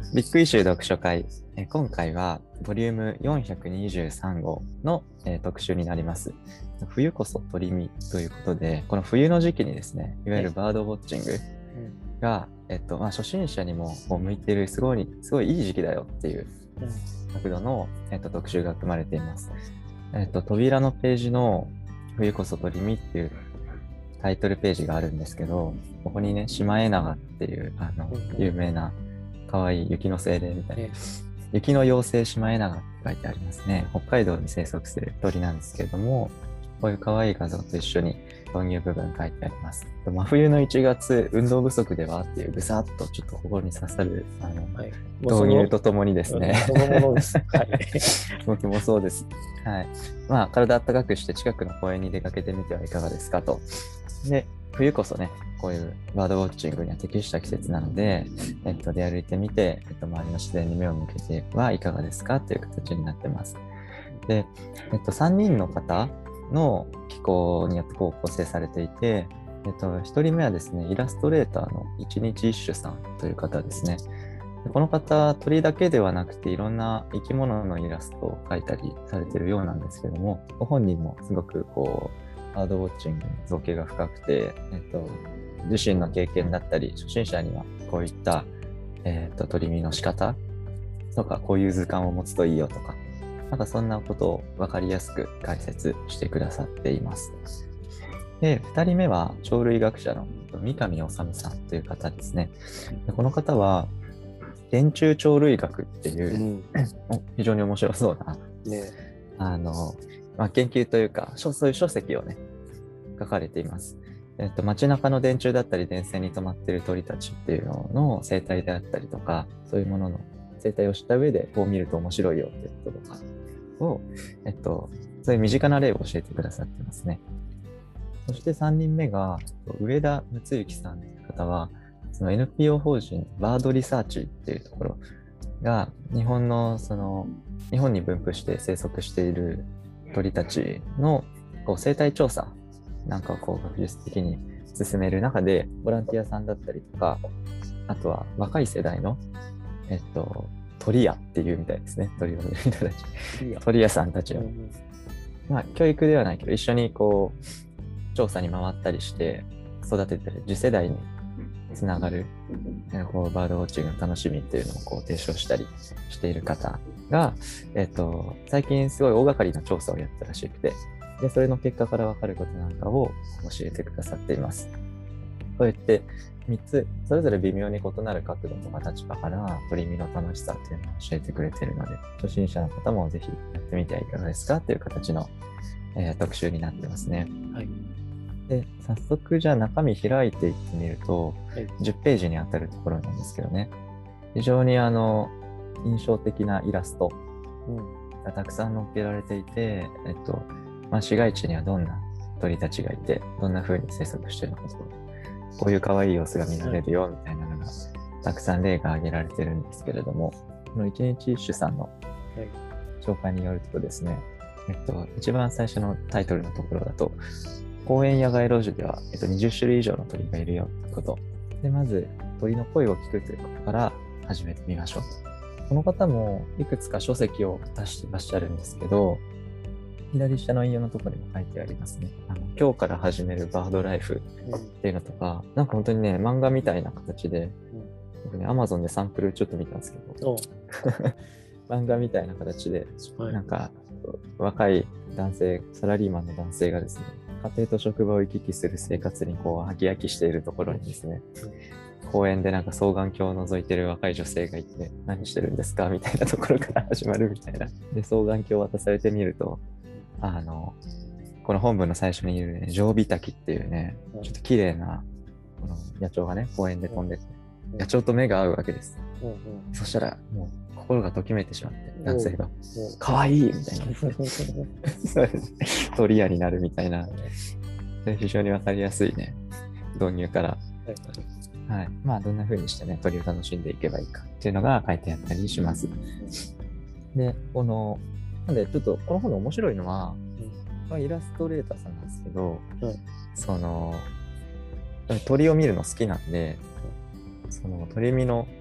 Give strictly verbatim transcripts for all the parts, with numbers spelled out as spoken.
ビッグイシュー読書会、えー今回はボリュームよんひゃくにじゅうさん号の、えー特集になります。冬こそ鳥見ということで、この冬の時期にですね、いわゆるバードウォッチングが、えっとまあ、初心者にもこう向いているすごい、すごいいい時期だよっていう角度の、えっと、特集が組まれています。えっと、扉のページの冬こそ鳥見っていうタイトルページがあるんですけど、ここにね、シマエナガっていうあの有名な可愛い雪の精霊みたいな、雪の妖精シマエナガって書いてありますね。北海道に生息する鳥なんですけれども、こういう可愛い画像と一緒に導入部分書いてあります。真冬のいちがつ、運動不足ではっていうぐさっとちょっと心に刺さるあの、はい、導入とともにですね。 そのものです。はい。 僕もそうです。はい。まあ、体温かくして近くの公園に出かけてみてはいかがですかと。で、冬こそね、こういうバードウォッチングには適した季節なので、えっと、出歩いてみて、えっと、周りの自然に目を向けてはいかがですかという形になってます。で、えっと、さんにんの方の機構によってこう構成されていて、えっと、ひとりめはですね、イラストレーターの一日一種さんという方ですね。でこの方、鳥だけではなくていろんな生き物のイラストを描いたりされているようなんですけども、ご本人もすごくこう、バードウォッチングに造形が深くて、えっと、自身の経験だったり、初心者にはこういった、えっと、鳥見の仕方とか、こういう図鑑を持つといいよとか、なんかそんなことを分かりやすく解説してくださっています。で、ふたりめは鳥類学者の三上治さんという方ですね。でこの方は電柱鳥類学っていう、うん、非常に面白そうな、ね、あの、まあ、研究というか、そういう書籍をね、書かれています。えっと、街中の電柱だったり電線に止まっている鳥たちっていうのの生態であったりとか、そういうものの生態を知った上でこう見ると面白いよっていうこととかを、えっと、そういう身近な例を教えてくださってますね。そしてさんにんめが上田睦之さんという方は、その エヌピーオー 法人バードリサーチっていうところが日本のその日本に分布して生息している鳥たちのこう生態調査なんかをこう学術的に進める中でボランティアさんだったりとか、あとは若い世代のえっと鳥屋っていうみたいですね。鳥を見る人たち、鳥屋さんたちを、まあ教育ではないけど一緒にこう調査に回ったりして育ててる次世代につながるこうバードウォッチングの楽しみっていうのをこう提唱したりしている方が、えっと、最近すごい大掛かりな調査をやったらしくて、でそれの結果から分かることなんかを教えてくださっています。こうやってみっつそれぞれ微妙に異なる角度とか立場から鳥見の楽しさっていうのを教えてくれているので、初心者の方もぜひやってみてはいかがですかという形の、えー、特集になってますね。はい。で早速じゃあ中身開いていってみると、はい、じゅっページにあたるところなんですけどね、非常にあの印象的なイラストがたくさん載っけられていて、えっとまあ、市街地にはどんな鳥たちがいてどんな風に生息しているのかとか、こういう可愛い様子が見られるよみたいなのがたくさん例が挙げられてるんですけれども、この一日一種さんの紹介によるとですね、えっと、一番最初のタイトルのところだと、公園野外路樹では、えっと、にじゅっしゅるい以上の鳥がいるよということ。で、まず鳥の声を聞くということから始めてみましょう。この方もいくつか書籍を出していらっしゃるんですけど、左下の引用のところにも書いてありますね。あの今日から始めるバードライフっていうのとか、うん、なんか本当にね、漫画みたいな形で、うん、僕ね、Amazon でサンプルちょっと見たんですけど、漫画みたいな形で、はい、なんか若い男性、サラリーマンの男性がですね、家庭と職場を行き来する生活にこう、飽き飽きしているところにですね、うん、公園でなんか双眼鏡を覗いてる若い女性がいて、何してるんですかみたいなところから始まるみたいな。で、双眼鏡を渡されてみると、あの、この本文の最初にいるね、ジョウビタキっていうね、ちょっと綺麗なこの野鳥がね、公園で飛んでて、野鳥と目が合うわけです。うんうん、そしたら、もう心がときめいてしまって、男性が、かわいいみたいな。そうです。鳥屋になるみたいな。非常にわかりやすいね、導入から。はい。まあ、どんな風にしてね、鳥を楽しんでいけばいいかっていうのが書いてあったりします。で、この、なんで、ちょっとこの本の面白いのは、まあ、イラストレーターさんなんですけど、うん、その鳥を見るの好きなんで、その鳥見の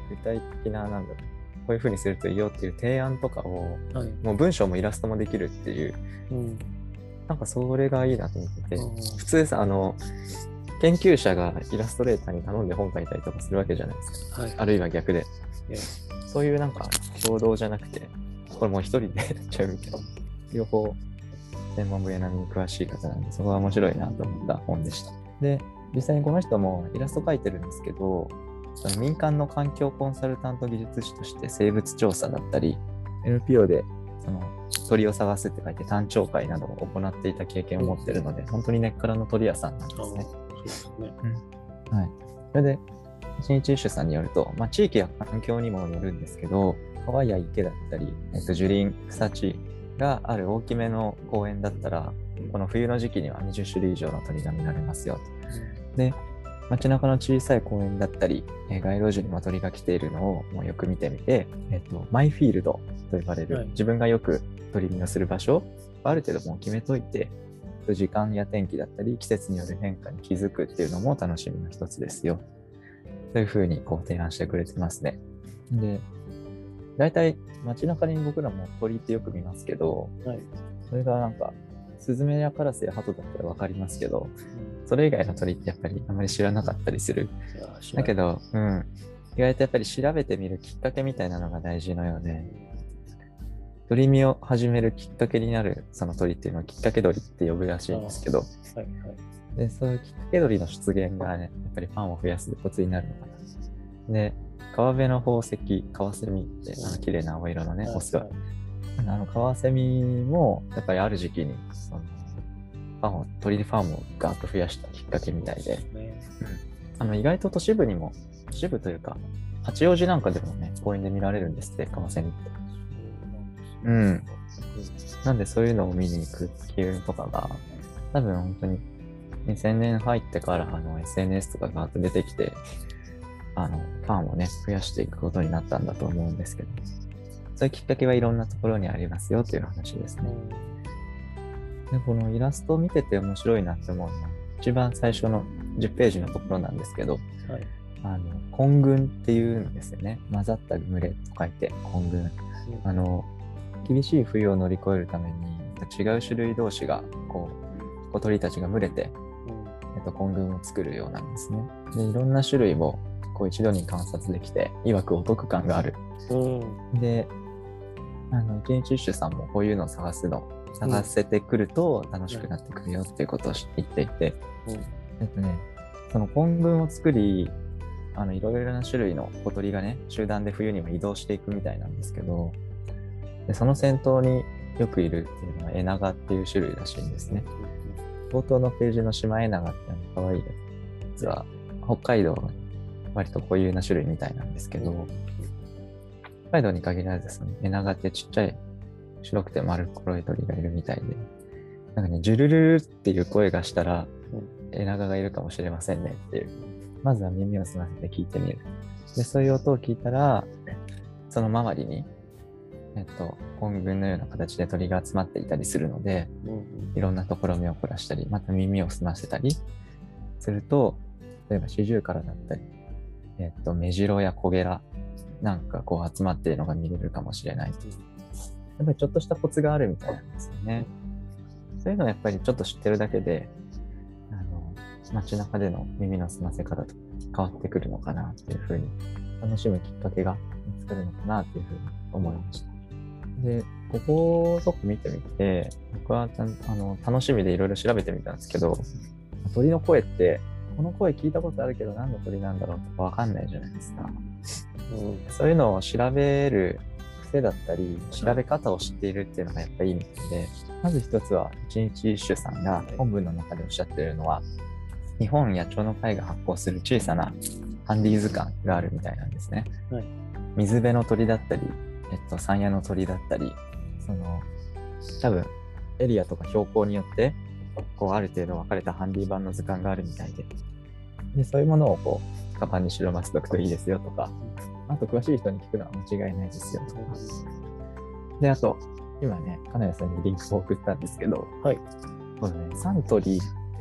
具体的な、なんだろう、こういう風にするといいよっていう提案とかを、 はい、 もう文章もイラストもできるっていう、 うん、 なんかそれがいいなと思ってて、 うん普通さ、あの、研究者がイラストレーターに頼んで本書いたりとかするわけじゃないですか。 はい、 あるいは逆で。 いやそういうなんか共同じゃなくて、これもう一人でやっちゃうみたいな。両方、専門分野並みに詳しい方なんで、そこが面白いなと思った本でした。で、実際にこの人もイラスト描いてるんですけど、その民間の環境コンサルタント技術士として生物調査だったり、エヌピーオー でその鳥を探すって書いて単調会などを行っていた経験を持っているので、本当に根っからの鳥屋さんなんですね。 そうですね。 うん、はい。それで、一日一種さんによると、まあ、地域や環境にもよるんですけど、川や池だったり、えっと、樹林、草地がある大きめの公園だったら、この冬の時期にはにじゅっしゅるい以上の鳥が見られますよと。で、街中の小さい公園だったり、えー街路樹にも鳥が来ているのをもうよく見てみて、えっと、マイフィールドと呼ばれる、 はい自分がよく鳥見をする場所をある程度もう決めといて、時間や天気だったり季節による変化に気づくっていうのも楽しみの一つですよ。というふうにこう提案してくれてますね。で、大体街中に僕らも鳥ってよく見ますけど、 はい、 それがなんかスズメやカラスやハトだったらわかりますけど、それ以外の鳥ってやっぱりあまり知らなかったりする。 いや知らないだけど、うん、意外とやっぱり調べてみるきっかけみたいなのが大事のようで、鳥見を始めるきっかけになるその鳥っていうのをきっかけ鳥って呼ぶらしいんですけど、 はいはいでそういうきっかけ鳥の出現がね、やっぱりファンを増やすコツになるのかな。で、川辺の宝石、カワセミってあの綺麗な青色のね、 はいオスが。 はいあのカワセミもやっぱりある時期にそのファンを鳥ファンをガーッと増やしたきっかけみたいで、 ねあの意外と都市部にも都市部というか八王子なんかでもね公園で見られるんですって、カワセミって。 そうなんですねうん。なんでそういうのを見に行く機運とかが多分本当ににせんねん入ってからあの エスエヌエス とかがガーッと出てきて、あのファンをね増やしていくことになったんだと思うんですけど、そういうきっかけはいろんなところにありますよという話ですね。で、このイラストを見てて面白いなって思うのは、一番最初のじゅっページのところなんですけど、 はい、 あの混群っていうんですよね。混ざった群れと書いて混群。あの厳しい冬を乗り越えるために違う種類同士がこう小鳥たちが群れて、えっと、混群を作るようなんですね。で、いろんな種類をこう一度に観察できて、曰くお得感がある。 うんで、あの一日一種さんもこういうのを探すの探せてくると楽しくなってくるよっていうことを言っていて、 うんえっとね、その混群を作り、あのいろいろな種類の小鳥がね、集団で冬には移動していくみたいなんですけど、でその先頭によくいるっていうのはエナガっていう種類らしいんですね。冒頭のページのシマエナガって可愛いやつは北海道の割と固有な種類みたいなんですけど、北海道に限らずそのエナガってちっちゃい白くて丸っこい鳥がいるみたいで、なんかね、ジュルルルっていう声がしたら、エナガがいるかもしれませんねっていう。まずは耳を澄ませて聞いてみる。で、そういう音を聞いたら、その周りに、えっと、混群のような形で鳥が集まっていたりするので、 うんいろんなところ目を凝らしたり、また耳を澄ませたりすると、例えばシジュウカラだったり、えっと、メジロやコゲラなんかこう集まっているのが見れるかもしれない。やっぱりちょっとしたコツがあるみたいなんですよね。そういうのはやっぱりちょっと知ってるだけで、あの、街中での耳の澄ませ方と変わってくるのかなっていうふうに、楽しむきっかけが見つかるのかなっていうふうに思いました。で、ここをちょっと見てみて、僕はちゃんあの楽しみでいろいろ調べてみたんですけど、鳥の声って、この声聞いたことあるけど何の鳥なんだろうとかわかんないじゃないですか。 うんそういうのを調べる癖だったり、調べ方を知っているっていうのがやっぱりいいみたいで、まず一つは一日一種さんが本文の中でおっしゃっているのは、日本野鳥の会が発行する小さなハンディ図鑑があるみたいなんですね。 はい、 水辺の鳥だったり、えっと、山野の鳥だったり、その、多分、エリアとか標高によって、こう、ある程度分かれたハンディ版の図鑑があるみたいで、で、そういうものをこう、カバンに白ませておくといいですよとか、あと、詳しい人に聞くのは間違いないですよとか。で、あと、今ね、金谷さんにリンクを送ったんですけど、 はい、 このね、サントリーって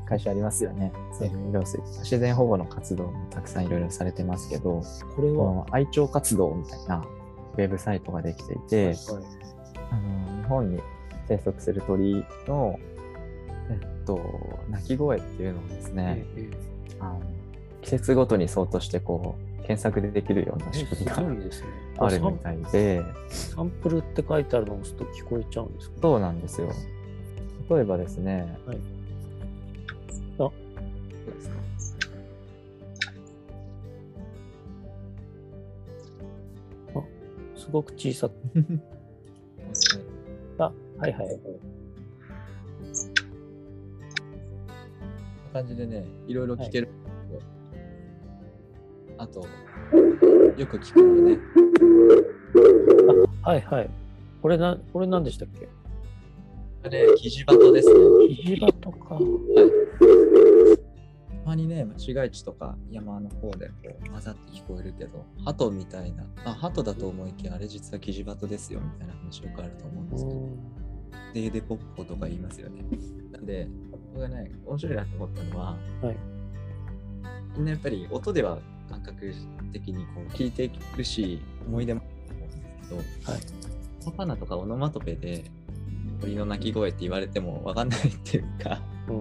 会社ありますよね。生命用水とか自然保護の活動もたくさんいろいろされてますけど、 これは、 この愛鳥活動みたいなウェブサイトができていて、 はい、 あの日本に生息する鳥の、えっと、鳴き声っていうのをですね、 ええあの季節ごとにそうとしてこう検索でできるような仕組みがすごいですね。 あるみたいで、 サンプルって書いてあるのを押すと聞こえちゃうんですか？ そうなんですよ。例えばですね、 はい。あ、 どうですか？ あ、すごく小さく。あ、はいはいはい。 こんな感じでね、いろいろ聞ける。はい、あと、よく聞くのね。 あ、はいはい。これな、これ何でしたっけ？ これ、キジバトですね。 キジバトか。はい。 たまにね、市街地とか山の方でこう混ざって聞こえるけど、鳩みたいな、あ、鳩だと思いきや、あれ実はキジバトですよみたいな話よくあると思うんですけど、デーデポッポとか言いますよね。なんで、これがね、面白いなと思ったのは、 はい、 みんなやっぱり音では感覚的にこう聞いているし、思い出もあると思うんですけど、はい、カタカナとかオノマトペで鳥の鳴き声って言われても分かんないっていうか、うん、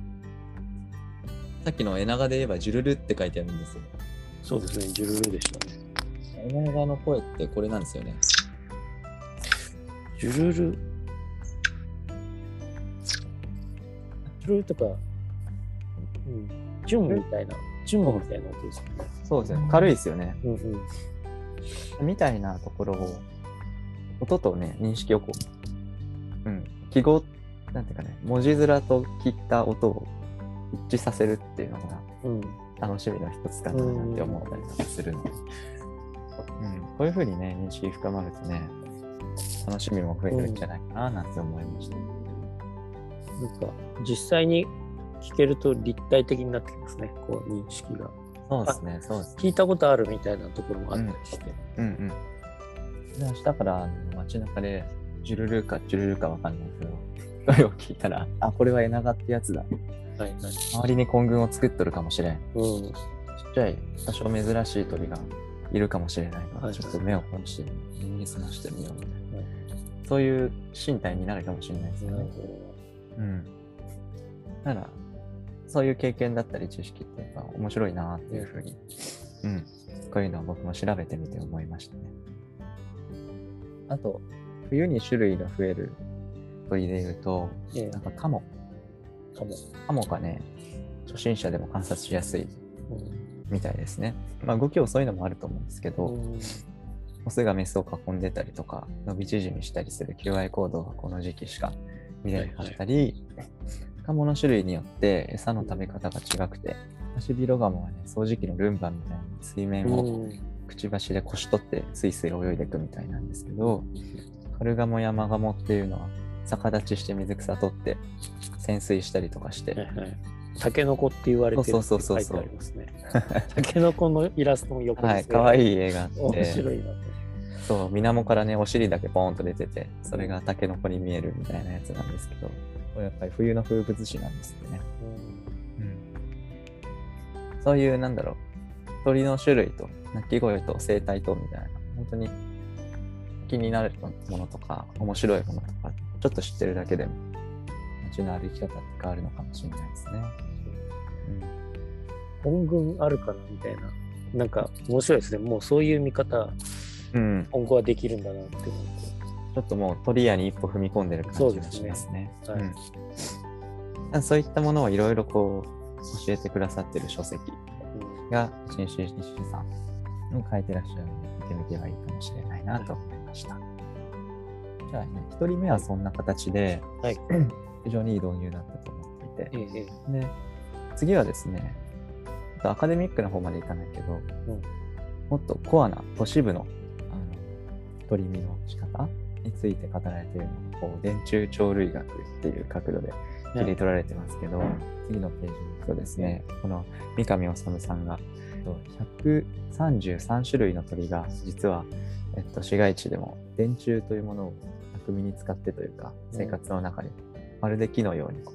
さっきのエナガで言えばジュルルって書いてあるんですよ。 そうですね、ジュルルでしたね。 エナガの声ってこれなんですよね。 ジュルル。ジュルルとか、うん、ジュンみたいな、ジュンみたいな音ですよね。 そうですね、軽いですよね。 うんうん、 みたいなところを、音とね、認識をこう、うん、記号、なんていうかね、文字面と切った音を一致させるっていうのが、うん、楽しみの一つかなって思ったりとかするので、うんうん、こういうふうにね、認識深まるとね、楽しみも増えるんじゃないかななんて思いました。うん、 なんか、実際に聞けると立体的になってきますね、こう認識が。 そうですね、そうですね。 聞いたことあるみたいなところもあったりして。 うん、うんうん明日から街中でジュルルかジュルルかわかんないけど、声を聞いたら、あ、これはエナガってやつだ。はいはい、周りに混群を作っとるかもしれん。うん、ちっちゃい、多少珍しい鳥がいるかもしれないから、はい、ちょっと目を凝して耳に澄ましてみようみたいな、はい。そういう身体になるかもしれないですよね。うん。だから、そういう経験だったり知識ってやっぱ面白いなっていうふうに、うん。こういうのは僕も調べてみて思いましたね。あと、冬に種類が増える鳥でいうと、えー、なんかカモ。カモ。カモがね、初心者でも観察しやすいみたいですね。まあ動き遅いのもあると思うんですけど、オスがメスを囲んでたりとか、伸び縮みしたりする求愛行動がこの時期しか見れなかったり、はいはい、カモの種類によって餌の食べ方が違くて、ハシビロガモはね、掃除機のルンバみたいに水面をくちばしでこし取ってスイスイ泳いでいくみたいなんですけど、カルガモやマガモっていうのは逆立ちして水草取って潜水したりとかして、はいはい、 タケノコって言われてるって書いてありますね。タケノコのイラストも横に、 はい、かわいい絵があって面白いな。 そう、水面からねお尻だけポーンと出てて、それがタケノコに見えるみたいなやつなんですけど、これやっぱり冬の風物詩なんですってね。うんうん、そういうなんだろう、鳥の種類と鳴き声と生態とみたいな、本当に気になるものとか面白いものとかちょっと知ってるだけでも街の歩き方って変わるのかもしれないですね。 うん、本群あるかなみたいな、なんか面白いですね。もうそういう見方、うん、今後はできるんだなって思って、 ちょっともう鳥屋に一歩踏み込んでる感じがしますね。そうですね。はい。うん、そういったものをいろいろこう教えてくださってる書籍が新種西さんの書いてらっしゃるので見てみてはいいかもしれないなと思いました。はい、じゃあね、一人目はそんな形で、はい、非常にいい導入だったと思っていて、ええ、で次はですね、アカデミックな方までいかないけど、うん、もっとコアな都市部の、あの鳥見の仕方について語られているのがこう電柱鳥類学っていう角度で切り取られてますけど、うん、次のページに行くとですね、この三上治さんがひゃくさんじゅうさん種類の鳥が実は、えっと、市街地でも電柱というものを巧みに使ってというか生活の中にまるで木のようにこう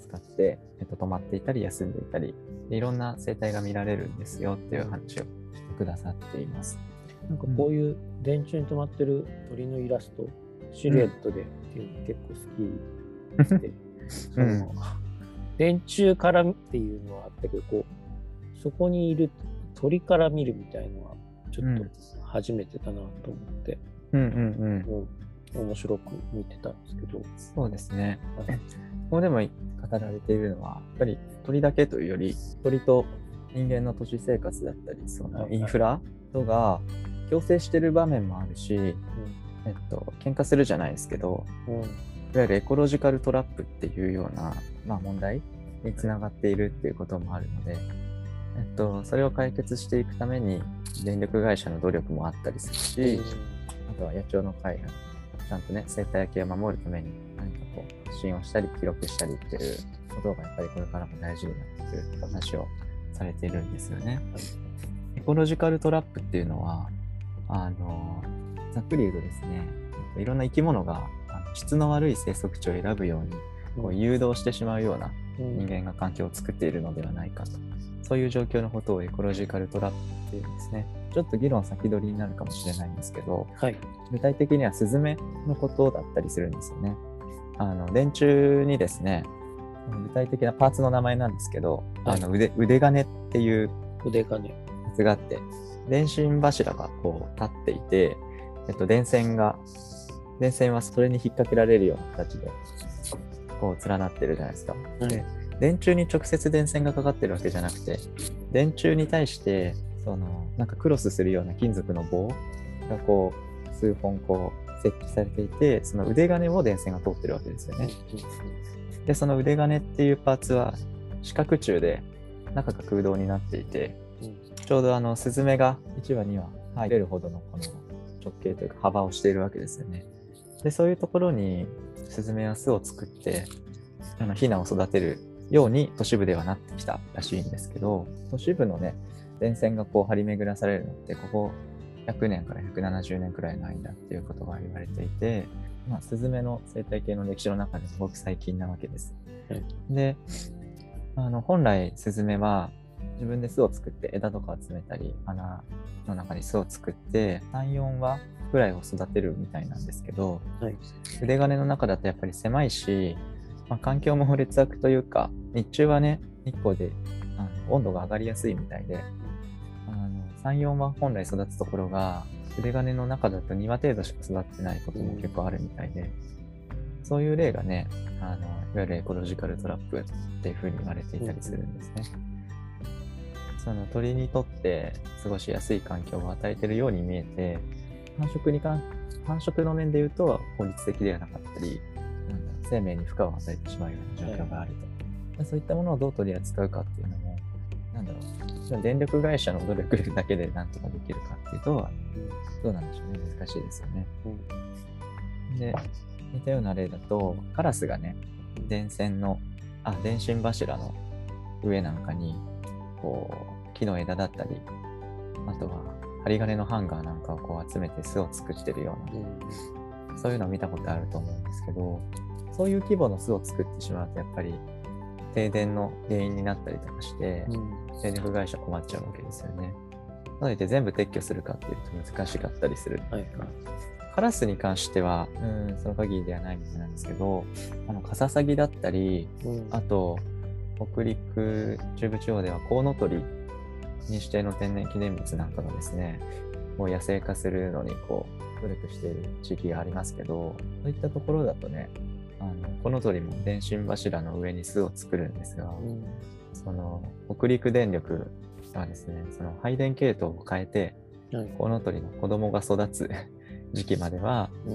使って、えっと、止まっていたり休んでいたり、いろんな生態が見られるんですよっていう話をしてくださっています。 なんかこういう電柱に止まってる鳥のイラスト、シルエットでっていうの結構好きで、その、うん、電柱からっていうのはあったけど、こうそこにいる鳥から見るみたいのはちょっと初めてだなと思って、 うんうんうん、面白く見てたんですけど。 そうですね。ここでも語られているのは、やっぱり鳥だけというより、鳥と人間の都市生活だったり、そのインフラとが共生してる場面もあるし、うん、えっと、喧嘩するじゃないですけど、うん、いわゆるエコロジカルトラップっていうような、まあ、問題につながっているっていうこともあるので、えっと、それを解決していくために電力会社の努力もあったりするし、うん、あとは野鳥の会がちゃんとね、生態系を守るために何かこう発信をしたり記録したりっていうことがやっぱりこれからも大事になってくるって話をされているんですよね。エコロジカルトラップっていうのは、あのざっくり言うとですね、いろんな生き物が質の悪い生息地を選ぶようにこう誘導してしまうような人間が環境を作っているのではないかと、そういう状況のことをエコロジカルトラップっていうんですね。ちょっと議論先取りになるかもしれないんですけど、はい、具体的にはスズメのことだったりするんですよね。あの電柱にですね、具体的なパーツの名前なんですけど、はい、あの 腕, 腕金っていう腕金やつがあって、電信柱がこう立っていて、えっと、電線が電線はそれに引っ掛けられるような形でこう連なってるじゃないですか。はい、で電柱に直接電線がかかってるわけじゃなくて、電柱に対してそのなんかクロスするような金属の棒がこう数本こう設置されていて、その腕金を電線が通ってるわけですよね。でその腕金っていうパーツは四角柱で中が空洞になっていて、ちょうどあのスズメがいちわにわ入れるほどのこの直径というか幅をしているわけですよね。でそういうところにスズメは巣を作ってあのヒナを育てるように都市部ではなってきたらしいんですけど、都市部のね電線がこう張り巡らされるのってここひゃくねんからひゃくななじゅうねんくらいの間っていうことが言われていて、まあ、スズメの生態系の歴史の中でもごく最近なわけです。うん、であの本来スズメは自分で巣を作って枝とか集めたり穴の中に巣を作ってさん、よんわくらいを育てるみたいなんですけど、はい、腕金の中だとやっぱり狭いし、まあ、環境も劣悪というか、日中はね日光であの温度が上がりやすいみたいで、あのさん、よんわ本来育つところが腕金の中だとにわ程度しか育ってないことも結構あるみたいで、そういう例がね、あのいわゆるエコロジカルトラップっていうふうに言われていたりするんですね。その鳥にとって過ごしやすい環境を与えているように見えて、繁殖に関繁殖の面でいうと効率的ではなかったり、なんだろう、生命に負荷を与えてしまうような状況があると、はい、そういったものをどう取り扱うかっていうのも、なんだろう、電力会社の努力だけでなんとかできるかっていうと、どうなんでしょうね、難しいですよね。うん、で、似たような例だと、カラスがね、電線のあ電信柱の上なんかにこう木の枝だったり、あとは針金のハンガーなんかをこう集めて巣を作ってるような、うん、そういうのを見たことあると思うんですけど、そういう規模の巣を作ってしまうとやっぱり停電の原因になったりとかして、うん、電力会社困っちゃうわけですよね。なので全部撤去するかっていうと難しかったりする。はいはい、カラスに関しては、うん、その限りではないみたいなんですけど、あのカササギだったり、うん、あと北陸中部地方ではコウノトリに指定の天然記念物なんかがですね、もう野生化するのにこう努力している地域がありますけど、そういったところだとね、あのコウノトリも電信柱の上に巣を作るんですが、うん、その北陸電力がですね、その配電系統を変えて、うん、コウノトリの子供が育つ時期までは、うん、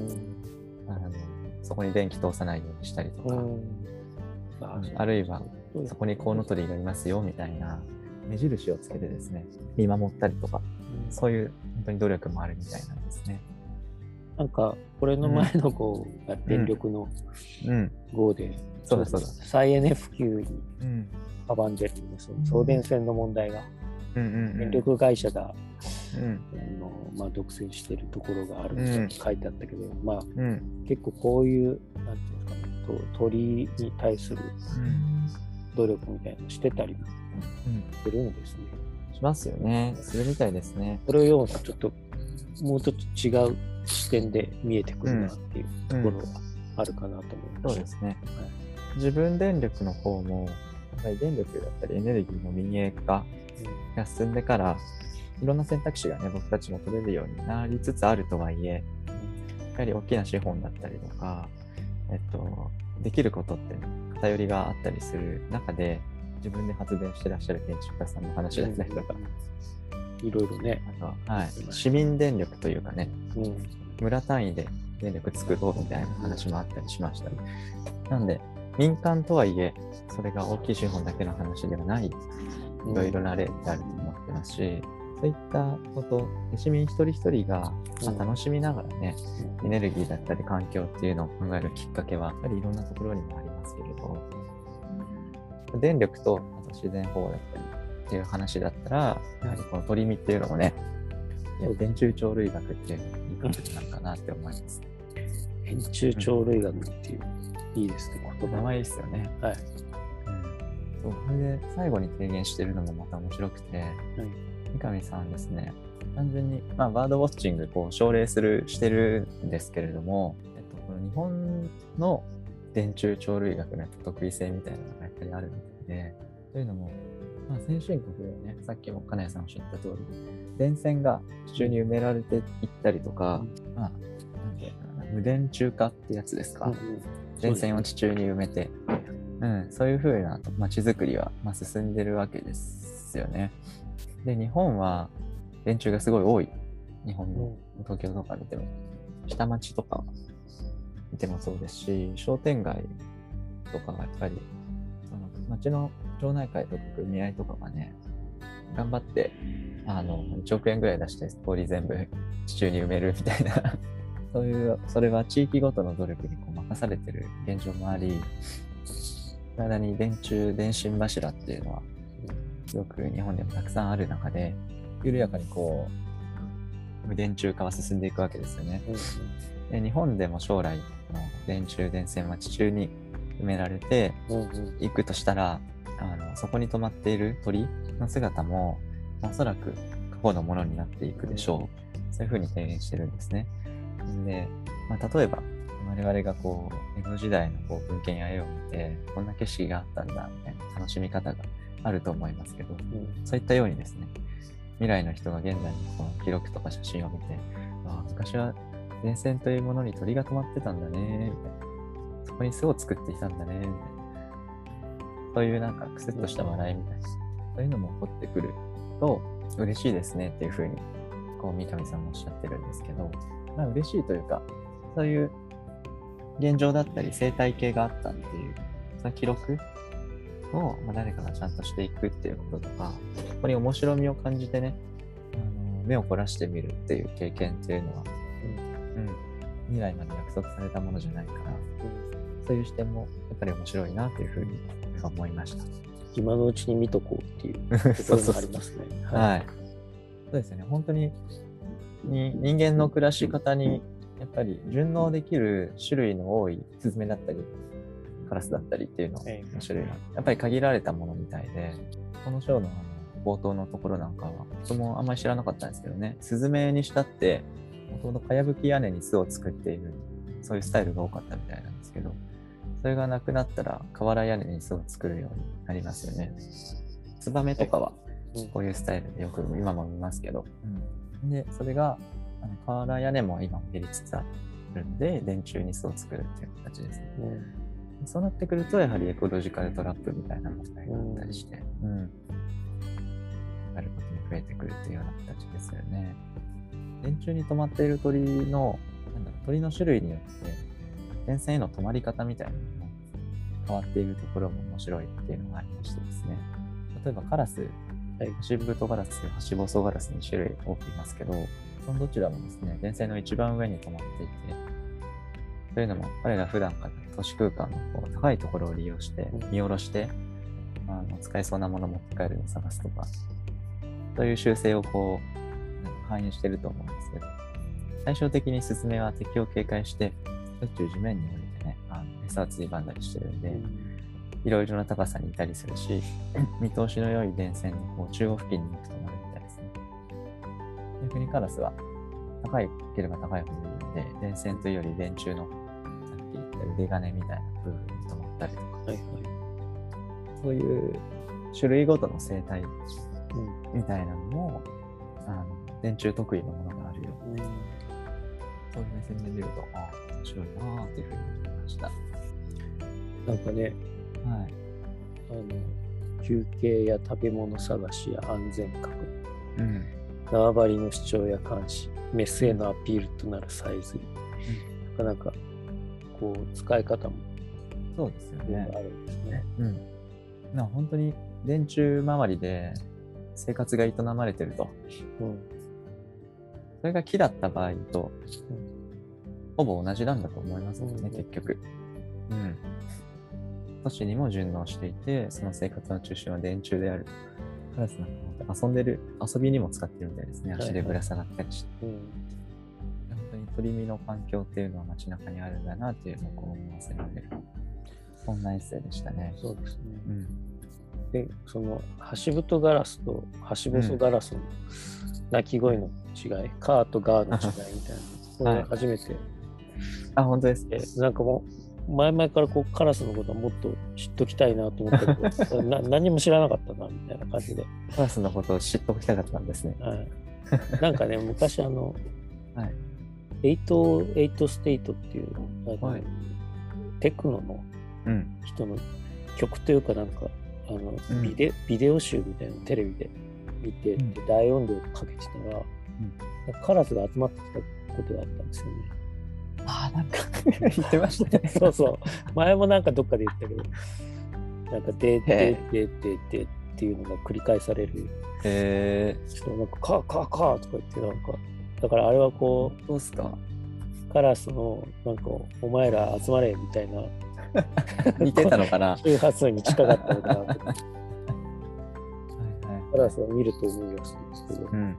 あのそこに電気通さないようにしたりとか、うん、あ, あるいはそこにコウノトリがいますよみたいな目印をつけてですね、見守ったりとか、うん、そういう本当に努力もあるみたいなんですね。 なんかこれの前の号が電力の号で、 そうだそうだ、 再エネ普及に阻んでるんですよ、うん、送電線の問題が、うんうんうん、電力会社が、うん、あのまあ、独占してるところがあるみたいに書いてあったけど、うん、まあ、うん、結構こういうなんていうんですかね、と鳥に対する、うん、 努力みたいなのしてたりもするんですね。 しますよね。するみたいですね。 これを読むとちょっともうちょっと違う視点で見えてくるなっていうところはあるかなと思います。 そうですね。 はい、 自分電力の方も、やっぱり電力だったりエネルギーの民営化が進んでから、いろんな選択肢がね、僕たちも取れるようになりつつあるとはいえ、やはり大きな資本だったりとか、えっと、できることって偏りがあったりする中で、自分で発電してらっしゃる建築家さんの話だったりとか、 いろいろね、 あとは、はい、市民電力というかね、 うん、 村単位で電力作ろうみたいな話もあったりしましたね。なんで、民間とはいえ、それが大きい資本だけの話ではない、いろいろな例ってあると思ってますし、そういったこと、市民一人一人が楽しみながらね、エネルギーだったり環境っていうのを考えるきっかけは、やっぱりいろんなところにもありますけれど、電力とあと自然保護だったりっていう話だったら、やはりこの鳥見っていうのもね、いや電柱鳥類学っていうのがいいことなのかなって思います。 電柱鳥類学っていう、うん、いいですね、言葉。 名前いいですよね。はい。うん、そう、それで最後に提言してるのもまた面白くて、はい、三上さんですね、単純に、まあ、バードウォッチングこう奨励するしてるんですけれども、えっと、この日本の電柱鳥類学の得意性みたいなのがやっぱりあるみたいで、というのも、まあ、先進国でね、さっきも金谷さんおっしゃった通り、電線が地中に埋められていったりとか、うん、まあ、なんていうのかな、無電柱化ってやつですか、うんうん、電線を地中に埋めて、うん、そういう風な街づくりは、まあ、進んでるわけですよね。で、日本は電柱がすごい多い。日本の東京とか見ても、下町とか見てもそうですし、商店街とかがやっぱり、その町の町内会とか組合とかがね、頑張って、あの、いちおくえんぐらい出して、通り全部地中に埋めるみたいな、そういう、それは地域ごとの努力にこう任されてる現状もあり、体に電柱、電信柱っていうのは、よく日本でもたくさんある中で、緩やかにこう、無電柱化は進んでいくわけですよね。で、日本でも将来の電柱、電線は地中に埋められていくとしたら、あのそこに止まっている鳥の姿も、おそらく過去のものになっていくでしょう。そういうふうに提言してるんですね。で、まあ、例えば、我々がこう、江戸時代のこう文献や絵を見て、こんな景色があったんだ、みたいな楽しみ方があると思いますけど、うん、そういったようにですね、未来の人が現在のこの記録とか写真を見て、ああ、昔は電線というものに鳥が止まってたんだね、みたいな。そこに巣を作っていたんだね、みたいな。そういうなんかクスッとした笑いみたいな。そういうのも起こってくると嬉しいですねっていうふうに、こう、三上さんもおっしゃってるんですけど、まあ嬉しいというか、そういう現状だったり生態系があったっていう、その記録を、まあ、誰かがちゃんとしていくっていうこととか、ここに面白みを感じてね、あの目を凝らしてみるっていう経験っていうのは、うんうん、未来まで約束されたものじゃないから、うん、そういう視点もやっぱり面白いなというふうに思いました。 今のうちに見とこうっていうところもありますね。 はい。そうですね。本当にに人間の暮らし方にやっぱり順応できる種類の多いスズメだったり、カラスだったりっていうのの種類がやっぱり限られたものみたいで、この章のあの冒頭のところなんかは僕もあんまり知らなかったんですけどね、スズメにしたってもともとかやぶき屋根に巣を作っている、そういうスタイルが多かったみたいなんですけど、それがなくなったら瓦屋根に巣を作るようになりますよね。ツバメとかはこういうスタイルでよく今も見ますけど、うん、でそれがあの瓦屋根も今も減りつつあるんで、電柱に巣を作るっていう形ですね。うん、そうなってくるとやはりエコロジカルトラップみたいな問題があったりして、うん、あることに増えてくるというような形ですよね。電柱に止まっている鳥のなんだろう鳥の種類によって電線への止まり方みたいなのも変わっているところも面白いっていうのがありましてですね。例えばカラス、ハシブトガラス、ハシボソガラスに種類多くいますけど、そのどちらもですね、電線の一番上に止まっていて、というのも彼ら普段から都市空間のこう高いところを利用して、見下ろして、あの使えそうなものを持って帰るのを探すとか、そういう習性をこう反映していると思うんですけど、対照的にスズメは敵を警戒して、しょっちゅう地面に降りてね、あの餌をついばんだりしてるんで、 いろいろな高さにいたりするし、見通しの良い電線のこう中央付近に行くと止まるみたいですね。逆にカラスは高いければ高いほどいいので、電線というより電柱のさっき言った腕金みたいな部分に止まったりとか、 はいはい。 そういう種類ごとの生態うん。 みたいなのも、あの電柱特異のものがあるよ。 うん、 そういう目線で見ると、ああ、面白いなぁというふうに思いました。 なんかね、 はい。 あの休憩や食べ物探しや安全確認、 うん。 縄張りの主張や監視、メスへのアピールとなるサイズ、なかなかこう使い方もそうですよいろいね。 ろあるんですね。 うん。な本当に電柱周りで生活が営まれてると。 うん。 それが木だった場合と、 うんほぼ同じなんだと思いますもんね、 うん結局。うん。都市にも順応していて、その生活の中心は電柱である。カラスなんか遊んでる、遊びにも使ってるみたいですね。足でぶら下がったりして。 うん。 本当に鳥見の環境っていうのは街中にあるんだなっていうのをこう思わせられる。そんなエッセイでしたね。 そうですね。 うん。 で、そのハシブトガラスとハシボソガラスの鳴き声の違い、カーとガーの違いみたいな、これ初めて、 あ、本当ですか。 えなんかもう前々からこうカラスのことはもっと知っときたいなと思ったけどな何も知らなかったなみたいな感じで、 カラスのことを知っておきたかったんですね。 はい、なんかね昔あの、 はい。 エイト、エイトステイトっていうあの、 はいテクノのうん。 人の曲というかなんかあの、 うんビデビデオ集みたいなのテレビで見て、 うんで大音量かけてたら、なんかカラスが集まってきたことがあったんですよね。 ああ、なんか言ってましたね。 そうそう。前もなんかどっかで言ったけど、なんかででへでででっていうのが繰り返される。 へえ。 そうなんかカーカーカーとか言ってなんか、だからあれはこどうっすか。 うカラスのなんかお前ら集まれみたいな似てたのかな。 周波数に近かったのかなと。 はいはい。 カラスを見ると思いやすいんですけど、 うん。 うん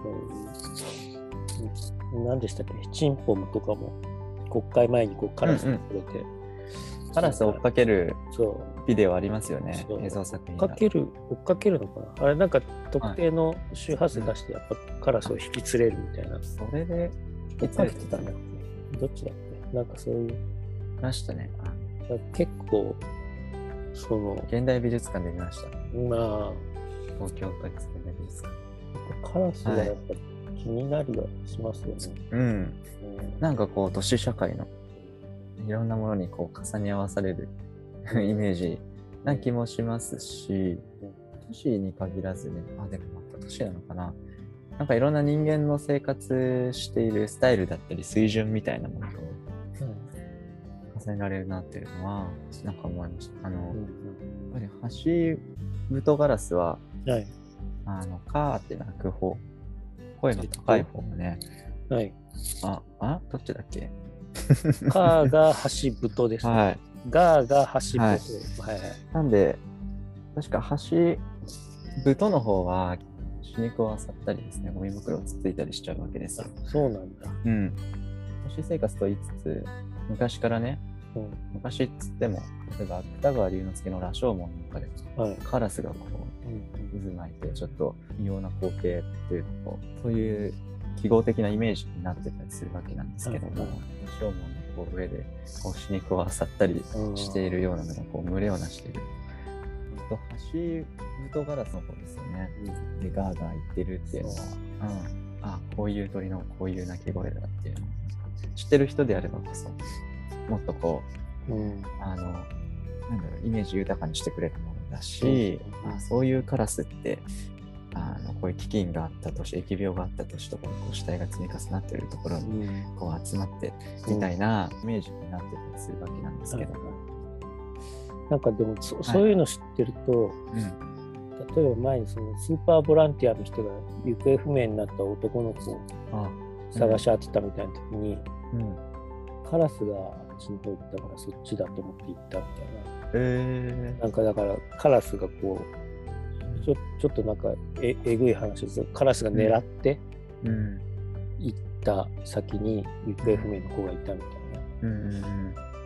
何でしたっけ、チンポムとかも国会前にこうカラスが触れて、 カラスを追っかけるそうビデオありますよね。 そう映像作品追っかける追っかけるのかな、あれなんか特定の周波数出してやっぱカラスを引き連れるみたいな、 それで追っかけてたんだっけ、どっちだっけ、なんかそういうましたね。あ、 結構その現代美術館で見ました。 まあ東京都立現代美術館。 カラスはやっぱ気になりはしますよね。 うん。 うんなんかこう都市社会のいろんなものにこう重ね合わされるイメージな気もしますし、都市に限らずね、あ、でもまた都市なのかな。なんかいろんな人間の生活しているスタイルだったり水準みたいなものと重ねられるなっていうのはなんか思いました。あの、 うんやっぱりハシブトガラスははいあのカーって鳴く方、声の高い方がね、 はい。 あ、あ、どっちだっけ？ カーがハシブトですね。 はい。 ガーがハシブト。 ははいいはい。 なんで、確かハシブトの方は死肉を漁ったりですね、ゴミ袋をつっついたりしちゃうわけですよ。 そうなんだ。 うん。都市生活と言いつつ、昔からね、 うん昔っつっても、例えば芥川龍之介の羅生門なんかで、 はい。 カラスがこうんう渦巻いてちょっと異様な光景っていうのを、そういう記号的なイメージになってたりするわけなんですけども、 はい羅生門のこう上でこう死肉を漁ったりしているようなのがこう群れをなしている。とハシブトガラスの方ですよね。でガーガー言ってるっていうのは、うん、あ、こういう鳥のこういう鳴き声だっていうのを知ってる人であればこそ、もっとこう、 うんあの、なんだろう、イメージ豊かにしてくれるものだし、 うんあ、そういうカラスって、あのこういう飢饉があった年、疫病があった年とかにこう死体が積み重なっているところにうんこう集まってみたいなイメージになってたりするわけなんですけども、 なんかでもそ、そういうの知ってると、 うん、 例えば前にそのスーパーボランティアの人が行方不明になった男の子をあ、 探し当てたみたいな時に、 うん、 カラスがあっちの方行ったからそっちだと思って行ったみたいな。 えなんかだからカラスがこうちょちょっとなんかええぐい話ですよ。カラスが狙ってー、うん、 行った先に行方不明の子がいたみたいな。 うん、うん、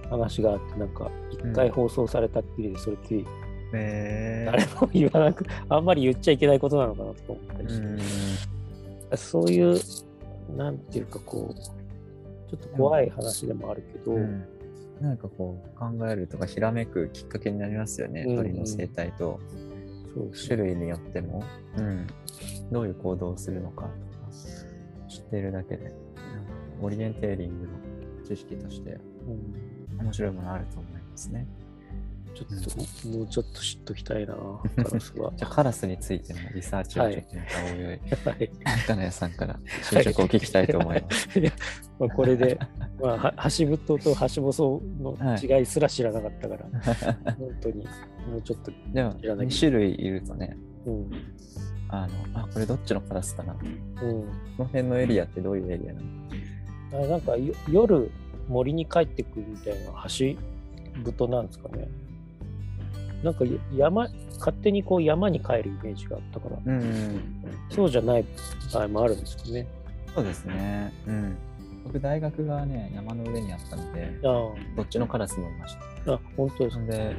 話があって、なんか一回放送されたっきりで、それっきりえ誰も言わなく、あんまり言っちゃいけないことなのかなと思ったりして、 ー、 そういう、なんていうかこう、ちょっと怖い話でもあるけど、 うん、なんかこう考えるとかひらめくきっかけになりますよね、 うんうん、 鳥の生態とそうですね、 種類によっても、うん、どういう行動をするのかとか知っているだけで、なんかオリエンテーリングの知識として面白いものあると思いますね。 ちょっと、うん、もうちょっと知っときたいな、カラスは。 じゃあカラスについてのリサーチをちょっとまたおいおい、 はい、 金谷さんから進捗を聞きたいと思います。 いや、まあ、これで、まあ、ハシブトとハシボソの違いすら知らなかったから、はい、本当にもうちょっと知らなきゃ。 でもに種類いるとね、 うん、 あのあこれどっちのカラスかな、うん、この辺のエリアってどういうエリアなの？ あ、なんか夜森に帰ってくるみたいなハシブトなんですかね。なんか山、勝手にこう山に帰るイメージがあったから、うんうん、そうじゃない場合もあるんですかね。 そうですね。うん。僕大学がね山の上にあったので、あどっちのカラスもいました。 あ、本当ですか。 で、はい。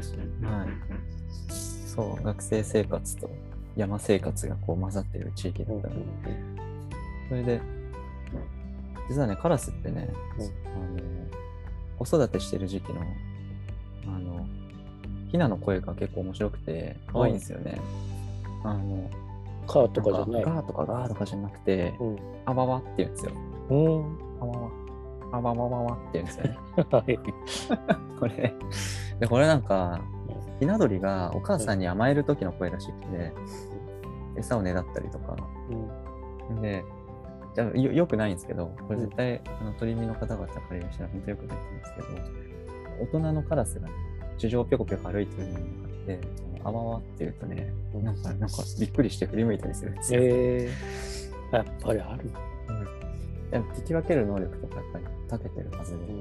そう学生生活と山生活がこう混ざっている地域だったので、うんうん、それで実はねカラスってね、うん、あの子育てしてる時期のあのヒナの声が結構面白くて可愛いんですよね。あのカーとかじゃない。 ガーとかガーとかじゃなくて、うん、アバワって言うんですよ。 うん。 アバワ、アバワワワって言うんですよね。 はい。 これでこれなんかヒナ鳥がお母さんに甘える時の声らしくて、うん、餌をねだったりとか、うん、でじゃあ よ, よくないんですけど、これ絶対、うん、あの鳥見の方々からいらっしゃる本当よくないと思うんですけど、大人のカラスがね地上をぴょこぴょこ歩いてるのに向かってあわわって言うとね、なんかなんかびっくりして振り向いたりするんですよ。 えー、やっぱりある。 うん、聞き分ける能力とかやっぱり長けてるはずで、うんうん、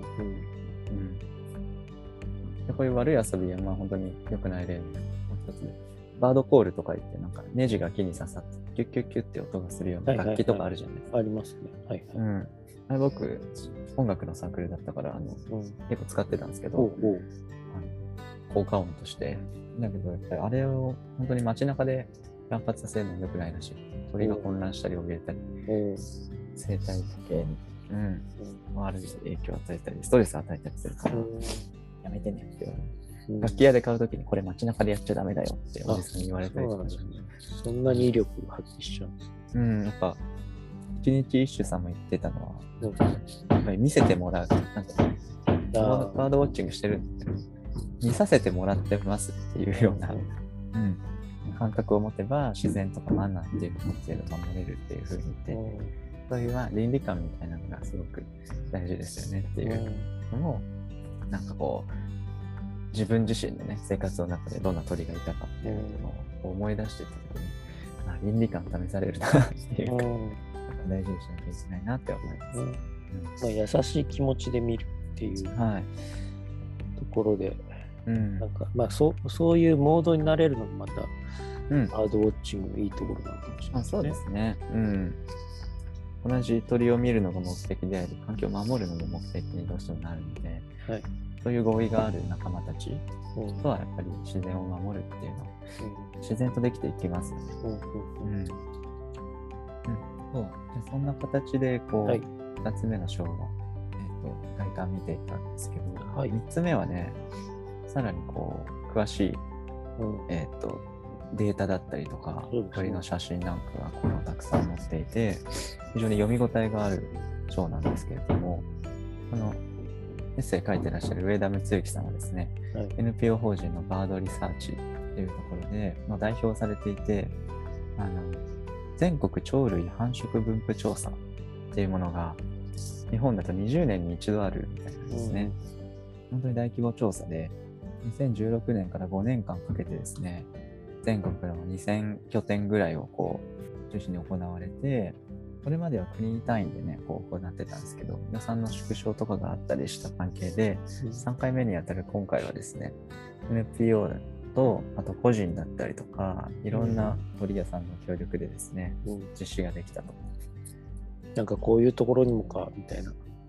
でこういう悪い遊びはまあ本当に良くない例のもう一つで、バードコールとか言ってなんかネジが木に刺さってキュッキュッキュッって音がするような楽器とかあるじゃないですか。 はいはいはい、ありますね。はいはい。うん、 あれ僕音楽のサークルだったからあの、うん、結構使ってたんですけど、おうおうあの効果音として。だけどやっぱりあれを本当に街中で乱発させるのは良くないらしい。鳥が混乱したり怯えたり、生態系に、うん、悪い影響を与えたりストレスを与えたりするから、やめてねって言われる。うん、楽器屋で買うときにこれ街中でやっちゃダメだよっておじさんに言われたりとかしますね。 そんなに威力を発揮しちゃうんです。 うん、やっぱ一日一種さんも言ってたのは、うん、やっぱり見せてもらう、なんかバードウォッチングしてるんですけど、見させてもらってますっていうような、うん、感覚を持てば自然とかマナーっていうのを守れるっていうふうに言って、うん、そういうまあ倫理観みたいなのがすごく大事ですよねっていうのも、うん、なんかこう自分自身のね生活の中でどんな鳥がいたかっていうのを思い出していた時に、あ、倫理観試されるなっていうか、うん、大事にしなきゃいけないなって思います、うんうん、 まあ、優しい気持ちで見るっていう、はい、ところで、うん、なんかまあそ う, そういうモードになれるのもまた、うん、バードウォッチングのいいところなのかもしれないですね。 そうですね、うん、同じ鳥を見るのが目的であり環境を守るのも目的にどうしてもなるので、はい、そういう合意がある仲間たちとはやっぱり自然を守るっていうのは、うん、自然とできていきますよね。うんうんうんうん、そうでそんな形でこう、はい、ふたつめの章は、えーと、外観見ていたんですけど、はい、みっつめはねさらにこう詳しい、うんえーと、データだったりとか鳥の写真なんかがこのたくさん載っていて非常に読み応えがある章なんですけれども、このエッセイ書いてらっしゃる上田光之さんはですね、はい、エヌピーオー 法人のバードリサーチというところで、まあ、代表されていて、あの全国鳥類繁殖分布調査っていうものが日本だとにじゅうねんに一度あるみたいなんですね、うん、本当に大規模調査でにせんじゅうろくねんからごねんかんかけてですね、全国のにせんきょてんぐらいをこう中心に行われて、これまでは国単位でねこう行ってたんですけど、予算の縮小とかがあったりした関係で、うん、さんかいめにあたる今回はですね エヌピーオー とあと個人だったりとかいろんな鳥屋さんの協力でですね、うん、実施ができたと。 なんかこういうところにもかみたいな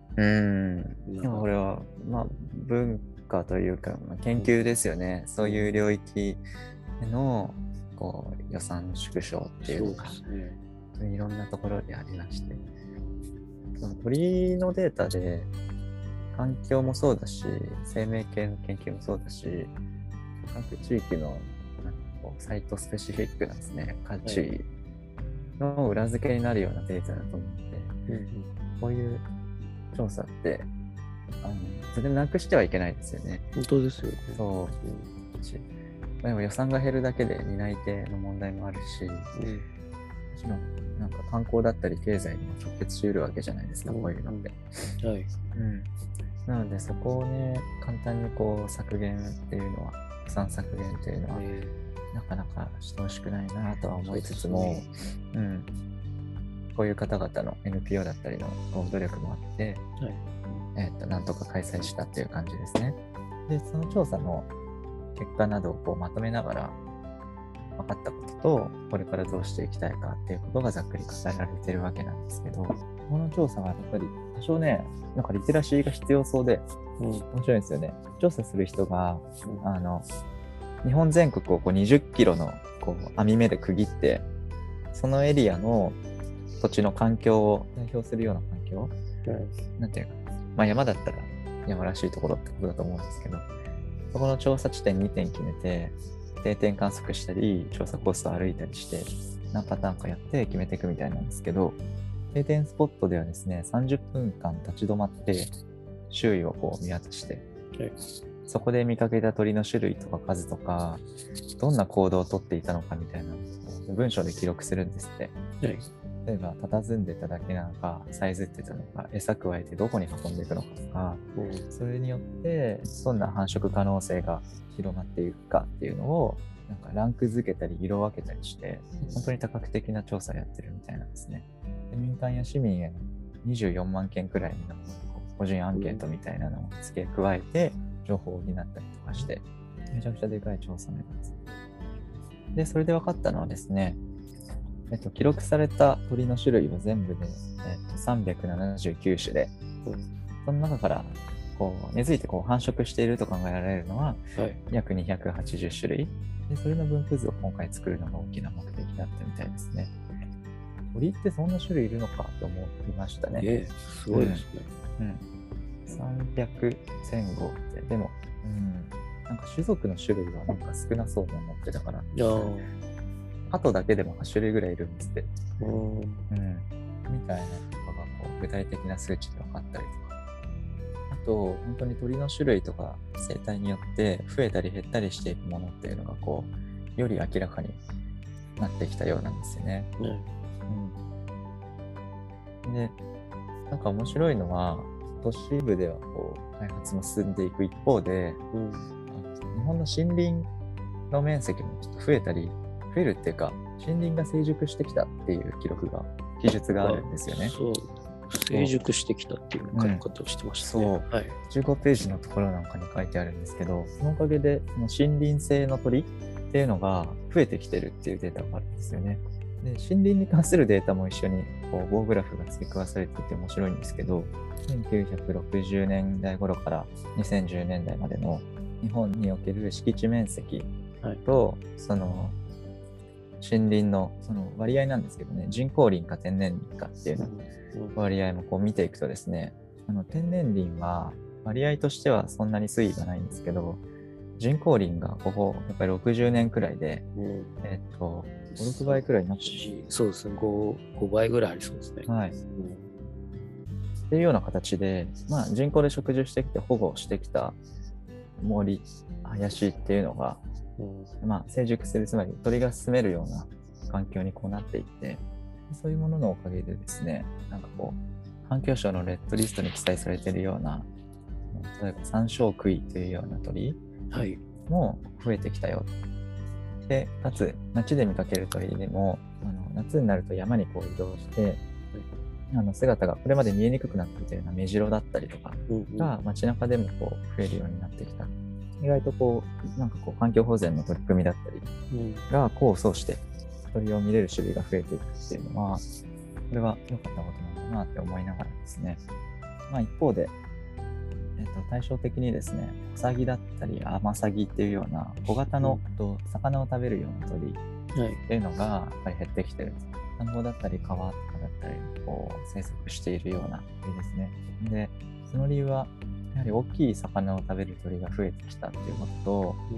うん。 なんでもこれは、まあ、文化というか、まあ、研究ですよね。そういう領域のこう予算縮小っていうのが、 そうですね。 いろんなところでありまして、その鳥のデータで環境もそうだし、生命系の研究もそうだし、各地域のなんかこうサイトスペシフィックなですね、価値の裏付けになるようなデータだと思うので、 うんうん、 こういう調査ってあの全然なくしてはいけないですよね。 本当ですよね。 そう、うん、でも予算が減るだけで担い手の問題もあるし、うん、もちろんなんか観光だったり経済にも直結しうるわけじゃないですか、うん、こういうのって。はい。うん。なのでそこをね、簡単にこう削減っていうのは、予算削減っていうのは、ね、なかなかしてほしくないなとは思いつつも、ね、うん。こういう方々の エヌピーオー だったりの努力もあって、はい、えー、となんとか開催したっていう感じですね。で、その調査の結果などをこうまとめながら分かったことと、これからどうしていきたいかっていうことがざっくり語られてるわけなんですけど、この調査はやっぱり多少ね、なんかリテラシーが必要そうで、うん、面白いですよね。調査する人が、うん、あの日本全国をこうにじゅっキロのこう網目で区切って、そのエリアの土地の環境を代表するような環境、うん、なんていうか、まあ山だったら山らしいところってことだと思うんですけど、そこの調査地点にてん決めて、定点観測したり、調査コースを歩いたりして、何パターンかやって決めていくみたいなんですけど、定点スポットではですね、さんじゅっぷんかん立ち止まって、周囲をこう見渡して、はい、そこで見かけた鳥の種類とか数とか、どんな行動をとっていたのかみたいなのを文章で記録するんですって。はい、例えば、佇んでただけなのか、さえずってたのか、餌加えてどこに運んでいくのかとか、うん、それによって、どんな繁殖可能性が広まっていくかっていうのを、なんかランク付けたり色分けたりして、本当に多角的な調査をやってるみたいなんですね。で、民間や市民へのにじゅうよんまんけんくらいの個人アンケートみたいなのを付け加えて、情報を補ったりとかして、めちゃくちゃでかい調査なんです。で、それで分かったのはですね、えっと、記録された鳥の種類は全部で、えっと、さんびゃくななじゅうきゅうしゅで、うん、その中からこう根付いてこう繁殖していると考えられるのは、はい、約にひゃくはちじゅっしゅるいで、それの分布図を今回作るのが大きな目的だったみたいですね。鳥ってそんな種類いるのかと思いましたね。 えー、すごいですね。 うんうん、さんびゃく、せんごって、でも、うん、なんか種族の種類はなんか少なそうに思ってたから。鳩だけでもはちしゅるいぐらいいるんですって。うん。みたいなのとかがこう具体的な数値で分かったりとか。あと、本当に鳥の種類とか生態によって増えたり減ったりしていくものっていうのがこう、より明らかになってきたようなんですよね。うん。で、なんか面白いのは、都市部ではこう開発も進んでいく一方で、うん、日本の森林の面積もちょっと増えたり、増えるっていうか、森林が成熟してきたっていう記録が、記述があるんですよね。 そう、成熟してきたっていう書き方をしてましたね。うん、 そう、はい、じゅうごページのところなんかに書いてあるんですけど、そのおかげでその森林性の鳥っていうのが増えてきてるっていうデータがあるんですよね。で、森林に関するデータも一緒にこう棒グラフが付け加えされていて面白いんですけど、せんきゅうひゃくろくじゅうねんだい頃からにせんじゅうねんだいまでの日本における敷地面積と、はい、その森林のその割合なんですけどね、人工林か天然林かっていうの割合もこう見ていくとですね、あの天然林は割合としてはそんなに推移がないんですけど、人工林がここやっぱりろくじゅうねんくらいで、うん、えっとご、ろくばいくらいになってる。 そうですね、ごばいぐらいありそうですね。 はい。うん、っていうような形で、まあ人工で植樹してきて保護してきた森、林っていうのが、うん、まあ成熟する、つまり鳥が住めるような環境にこうなっていって、そういうもののおかげでですね、なんかこう環境省のレッドリストに記載されているような、例えばサンショウクイというような鳥も増えてきたよ。で、かつ街で見かける鳥でも、あの夏になると山にこう移動して、あの姿がこれまで見えにくくなっていたようなメジロだったりとかが街中でもこう増えるようになってきた。意外とこうなんかこう環境保全の取り組みだったりが功を奏して鳥を見れる種類が増えていくっていうのは、これは良かったことなんだなって思いながらですね、 まあ、一方で、えっと、対照的にですね、コサギだったりアマサギっていうような小型の、うん、と魚を食べるような鳥っていうのがやっぱり減ってきてる。田んぼだったり川とかだったりこう生息しているような鳥ですね。で、その理由はやはり大きい魚を食べる鳥が増えてきたっていうことと、うん、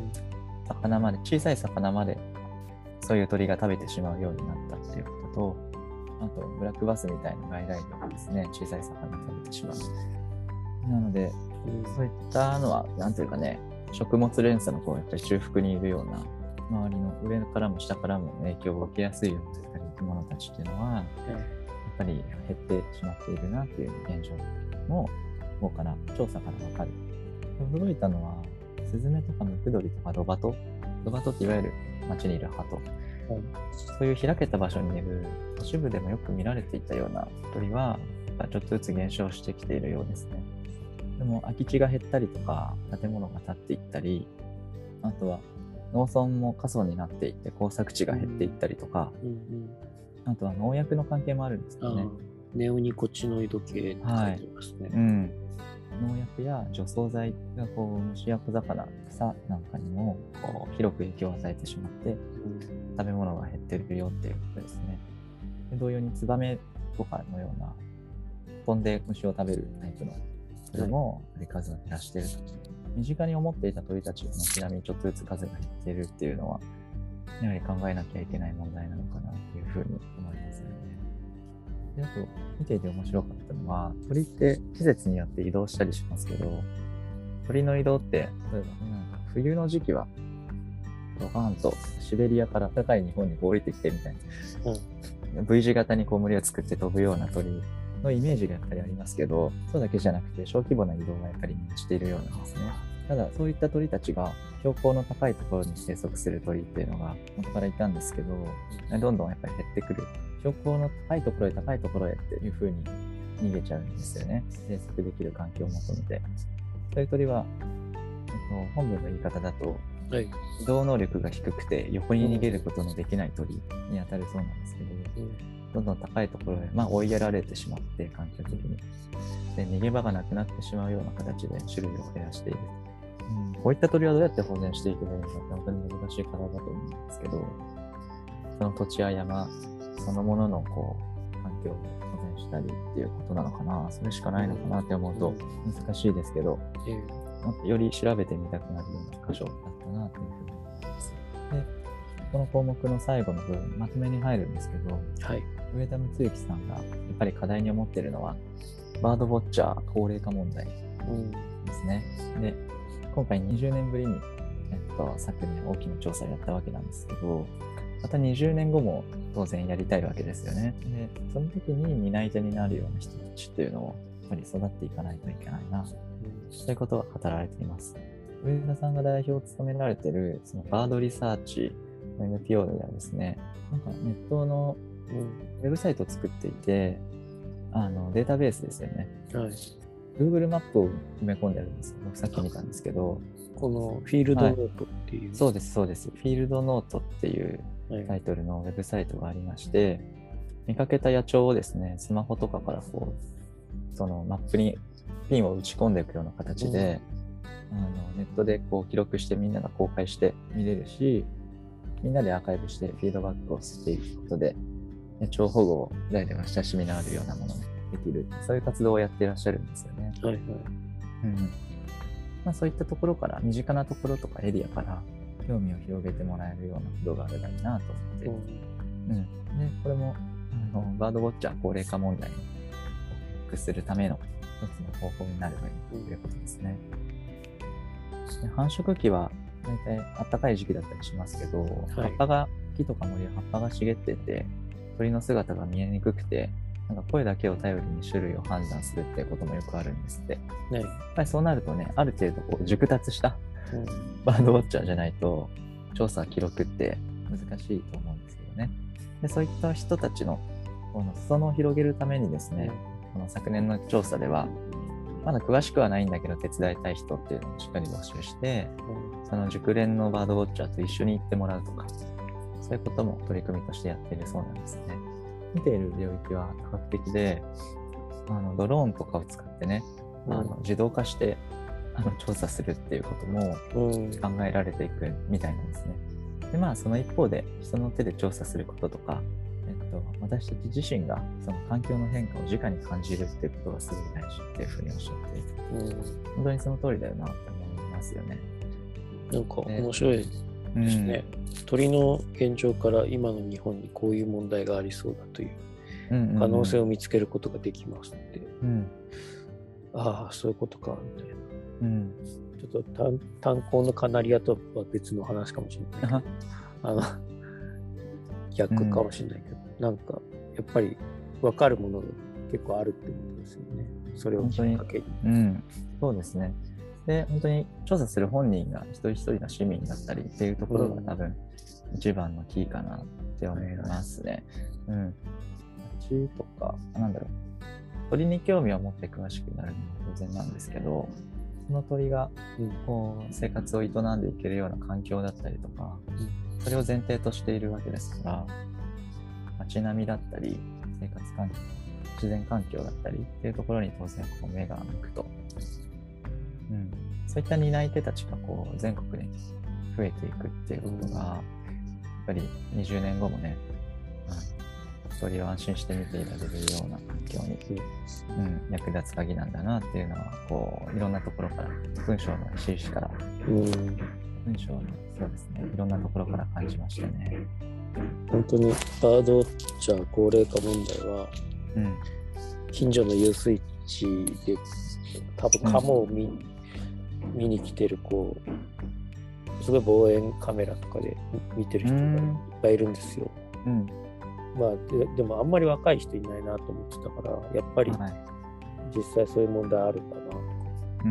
魚まで小さい魚までそういう鳥が食べてしまうようになったっていうことと、あとブラックバスみたいな外来魚がですね、小さい魚を食べてしまう。なので、うん、そういったのはなんていうかね、食物連鎖のこうやっぱり中腹にいるような周りの上からも下からも影響を受けやすいような生き物たちっていうのは、うん、やっぱり減ってしまっているなっていう現状もここから調査から分かる。驚いたのはスズメとかムクドリとかロバトロバトっていわゆる街にいるハト、うん、そういう開けた場所にいる都市部でもよく見られていたような鳥はちょっとずつ減少してきているようですね。でも空き地が減ったりとか建物が建っていったり、あとは農村も過疎になっていって耕作地が減っていったりとか、うんうん、あとは農薬の関係もあるんですよね。 ネオニコチノイド系って書いてありますね。 はい、うん、農薬や除草剤がこう虫や小魚、草なんかにもこう広く影響を与えてしまって、うん、食べ物が減ってるよっていうことですね。で同様にツバメとかのような飛んで虫を食べるタイプの鳥も数を減らしていると。身近に思っていた鳥たちが軒並みちょっとずつ数が減っているっていうのはやはり考えなきゃいけない問題なのかなというふうに思いますよね。であと見ていて面白かったのは、鳥って季節によって移動したりしますけど、鳥の移動って例えばなんか冬の時期はドカーンとシベリアから高い日本に降りてきてみたいな、うん、V 字型にこう群れを作って飛ぶような鳥のイメージがやっぱりありますけど、そうだけじゃなくて小規模な移動がやっぱりしているようなんですね。ただそういった鳥たちが標高の高いところに生息する鳥っていうのが元からいたんですけど、どんどんやっぱり減ってくる。標高の高いところへ高いところへっていう風に逃げちゃうんですよね。生息できる環境を求めて。そういう鳥は、えっと、本文の言い方だと、はい、移動能力が低くて横に逃げることのできない鳥に当たるそうなんですけど、うんどんどん高いところへ、まあ、追いやられてしまって、環境的に。で、逃げ場がなくなってしまうような形で種類を増やしている。うん、こういった鳥はどうやって保全していけばいいのかって本当に難しい課題だと思うんですけど、その土地や山そのもののこう環境を保全したりっていうことなのかな、それしかないのかなって思うと難しいですけど、うん、より調べてみたくなるような箇所だったなというふうに思います。で、この項目の最後の部分、まとめに入るんですけど、はい、上田睦之さんがやっぱり課題に思っているのはバードウォッチャー高齢化問題ですね。うん、で、今回にじゅうねんぶりに、えっと、昨年大きな調査をやったわけなんですけど、またにじゅうねんごも当然やりたいわけですよね。で、その時に担い手になるような人たちっていうのをやっぱり育っていかないといけないな、うん、そういうことが語られています。上田さんが代表を務められているそのバードリサーチの エヌピーオー ではですね、なんかネットのウェブサイトを作っていて、あのデータベースですよね。はい。Google マップを埋め込んでるんですよ。僕さっき見たんですけど。 このフィールドノートっていう、はい。 そうです、そうです。フィールドノートっていうタイトルのウェブサイトがありまして、はい、見かけた野鳥をですね、スマホとかからこう、そのマップにピンを打ち込んでいくような形で、うん、あのネットでこう記録してみんなが公開して見れるし、みんなでアーカイブしてフィードバックをしていくことで、野鳥保護を誰でも親しみのあるようなものができる、そういう活動をやっていらっしゃるんですよね。はいはい。うんまあ、そういったところから、身近なところとかエリアから興味を広げてもらえるようなことがあればいいなと思って、うんうん、でこれもあのバードウォッチャー高齢化問題を克服するための一つの方法になればいいということですね。で繁殖期は大体暖かい時期だったりしますけど、はい、葉っぱが木とか森は葉っぱが茂ってて鳥の姿が見えにくくて、なんか声だけを頼りに種類を判断するっていうこともよくあるんですって。ね、やっぱりそうなるとね、ある程度こう熟達したバードウォッチャーじゃないと調査記録って難しいと思うんですけどね。でそういった人たちのこの裾野を広げるためにですね、この昨年の調査ではまだ詳しくはないんだけど手伝いたい人っていうのをしっかり募集して、その熟練のバードウォッチャーと一緒に行ってもらうとか、そういうことも取り組みとしてやっているそうなんですね。見ている領域は多角的で、 あのドローンとかを使ってね、あの自動化してあの調査するっていうことも考えられていくみたいなんですね。でまあその一方で人の手で調査することとか、えっと、私たち自身がその環境の変化を直に感じるっていうことがすごい大事っていうふうにおっしゃっていて、うん、本当にその通りだよなって思いますよね。 なんか面白いですね、うん、鳥の現状から今の日本にこういう問題がありそうだという可能性を見つけることができますって、うん、ああそういうことかみたいな、うん、ちょっと炭炭鉱のカナリアとは別の話かもしれないけどあの逆かもしれないけど、うん、なんかやっぱり分かるものが結構あるってことですよね。それをきっかけに、 うん、そうですね。で本当に調査する本人が一人一人の市民だったりっていうところが多分一番のキーかなって思いますね。うん。蜂とかなんだろう、鳥に興味を持って詳しくなるのも当然なんですけど、その鳥がこう生活を営んでいけるような環境だったりとか、それを前提としているわけですから、街並みだったり生活環境、自然環境だったりっていうところに当然こう目が向くと。うん、そういった担い手たちがこう全国に増えていくっていうことが、やっぱりにじゅうねんごもね、うん、鳥を安心して見ていられるような環境に、うん、役立つ鍵なんだなっていうのはこういろんなところから、文章の印から、うん、文章のそうですね、いろんなところから感じましたね。 本当にバードウォッチャー高齢化問題は、うん、近所の遊水地で多分カモを見、うん見に来てるこうすごい望遠カメラとかで見てる人がいっぱいいるんですよ、うん、まあ で, でもあんまり若い人いないなと思ってたから、やっぱり実際そういう問題あるんだなとか、うん、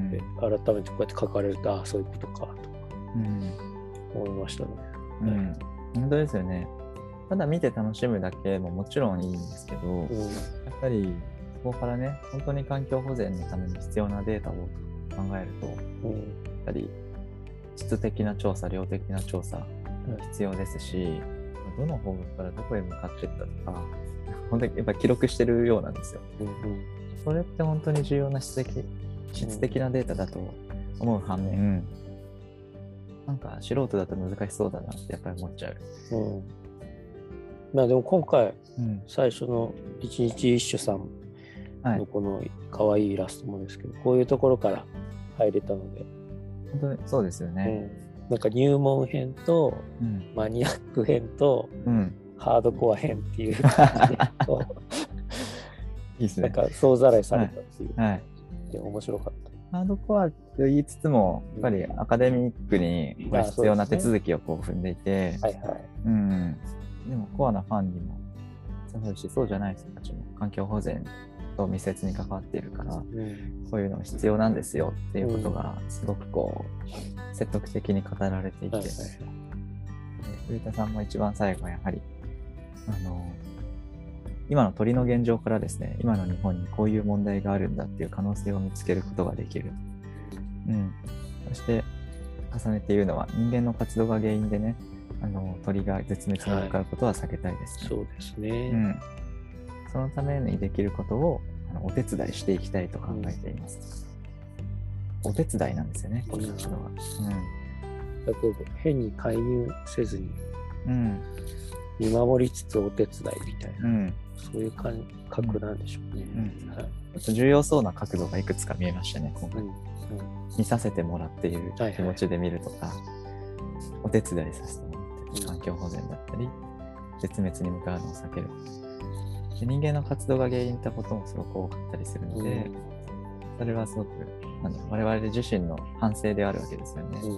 で改めてこうやって書かれると、ああそういうことかとか、うん、思いましたね、 うんはい、本当ですよね。ただ見て楽しむだけももちろんいいんですけど、うん、やっぱりそこからね、本当に環境保全のために必要なデータを考えると、うん、やっぱり質的な調査、量的な調査が必要ですし、うん、どの方角からどこへ向かっていったとか、本当にやっぱり記録してるようなんですよ。うんうん、それって本当に重要な質的、質的なデータだと思う反面、うん、なんか素人だと難しそうだなってやっぱり思っちゃう。うん、 まあでも今回、うん、最初の一日一種さんのこの可愛いイラストもですけど、はい、こういうところから入れたので、 本当にそうですよね、 うん、なんか入門編と、うん、マニアック編と、うん、ハードコア編っていう感じでいいですね、なんか総ざらいされたっていう、はいはい、で面白かった。 ハードコアと言いつつもやっぱりアカデミックにこれ必要な手続きをこう踏んでいて、ね、はいはいうん、でもコアなファンにもそうし、そうじゃない人たちも環境保全と密接に関わっているから、うん、こういうのが必要なんですよっていうことがすごくこう説得的に語られていて、はいはい、古田さんも一番最後はやはりあの今の鳥の現状からですね、今の日本にこういう問題があるんだっていう可能性を見つけることができる、うん、そして重ねて言うのは人間の活動が原因でね、あの鳥が絶滅に向かうことは避けたいですね、 はい、そうですね、 うんそのためにできることをあのお手伝いしていきたいと考えています。うん、お手伝いなんですよね、こういう活動は。 うん、だから変に介入せずに、うん、見守りつつお手伝いみたいな、うん、そういう感覚なんでしょうね。うんうんはい、 重要そうな角度がいくつか見えましたね、今回。うんうん、見させてもらっている気持ちで見るとか、はいはい、お手伝いさせてもらっている環境保全だったり、絶滅に向かうのを避ける。で人間の活動が原因ってこともすごく多かったりするので、うん、それはすごくなんだ我々自身の反省であるわけですよね。うんうんうん、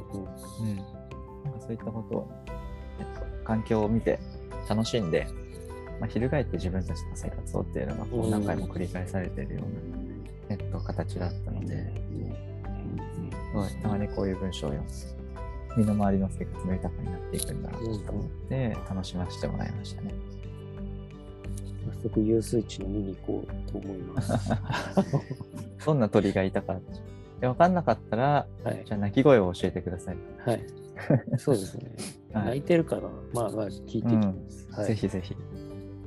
なんかそういったことを、えっと、環境を見て楽しんで、まあ、翻って自分たちの生活をっていうのがこう何回も繰り返されているような、えっと、形だったので、うん、たまにこういう文章を読む身の回りの生活も豊かになっていくんだなと思って楽しませてもらいましたね。 早速遊水地に見に行こうと思います。 どんな鳥がいたか分かんなかったら、はい、じゃあ鳴き声を教えてください。 はい。そうですね。はい、鳴いてるかな。まあまあ聞いてきます。 うんはい、ぜひぜひ。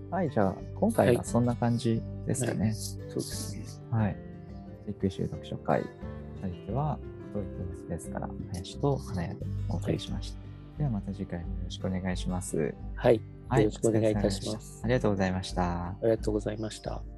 はい、じゃあ、今回はそんな感じですかね。はい、 そうですね。 はい。じっくり習読書会については、教育のスペースから林と花屋でお送りしました。はい、ではまた次回もよろしくお願いします。 はい。 はい、 よろしくお願いいたします。 ありがとうございました。 ありがとうございました。